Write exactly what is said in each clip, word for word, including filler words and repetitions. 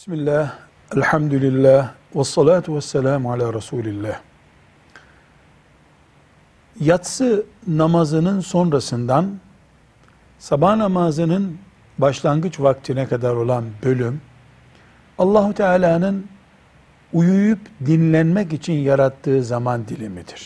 Bismillah, elhamdülillah, ve salatu ve selamu ala Resulillah. Yatsı namazının sonrasından sabah namazının başlangıç vaktine kadar olan bölüm, Allah-u Teala'nın uyuyup dinlenmek için yarattığı zaman dilimidir.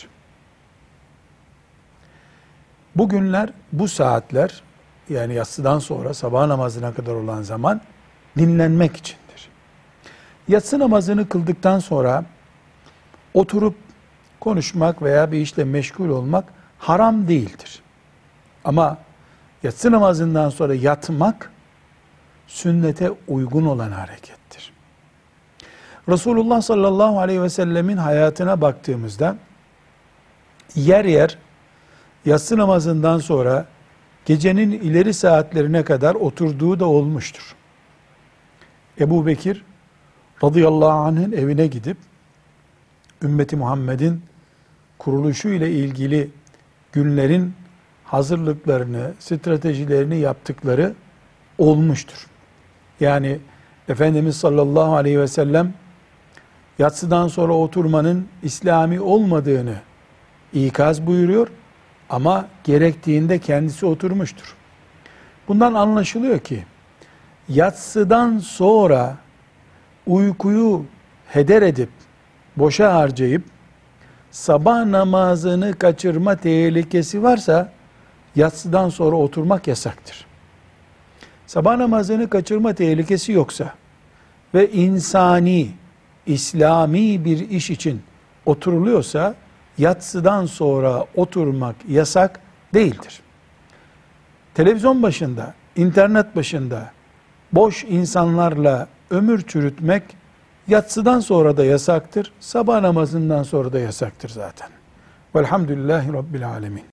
Bu günler, bu saatler, yani yatsıdan sonra sabah namazına kadar olan zaman dinlenmek içindir. Yatsı namazını kıldıktan sonra oturup konuşmak veya bir işle meşgul olmak haram değildir. Ama yatsı namazından sonra yatmak sünnete uygun olan harekettir. Resulullah sallallahu aleyhi ve sellemin hayatına baktığımızda yer yer yatsı namazından sonra gecenin ileri saatlerine kadar oturduğu da olmuştur. Ebu Bekir radıyallahu anh'ın evine gidip ümmeti Muhammed'in kuruluşu ile ilgili günlerin hazırlıklarını, stratejilerini yaptıkları olmuştur. Yani Efendimiz sallallahu aleyhi ve sellem yatsıdan sonra oturmanın İslami olmadığını ikaz buyuruyor ama gerektiğinde kendisi oturmuştur. Bundan anlaşılıyor ki yatsıdan sonra uykuyu heder edip boşa harcayıp sabah namazını kaçırma tehlikesi varsa yatsıdan sonra oturmak yasaktır. Sabah namazını kaçırma tehlikesi yoksa ve insani, İslami bir iş için oturuluyorsa yatsıdan sonra oturmak yasak değildir. Televizyon başında, internet başında boş insanlarla ömür çürütmek yatsıdan sonra da yasaktır, sabah namazından sonra da yasaktır zaten. Velhamdülillahi Rabbil alemin.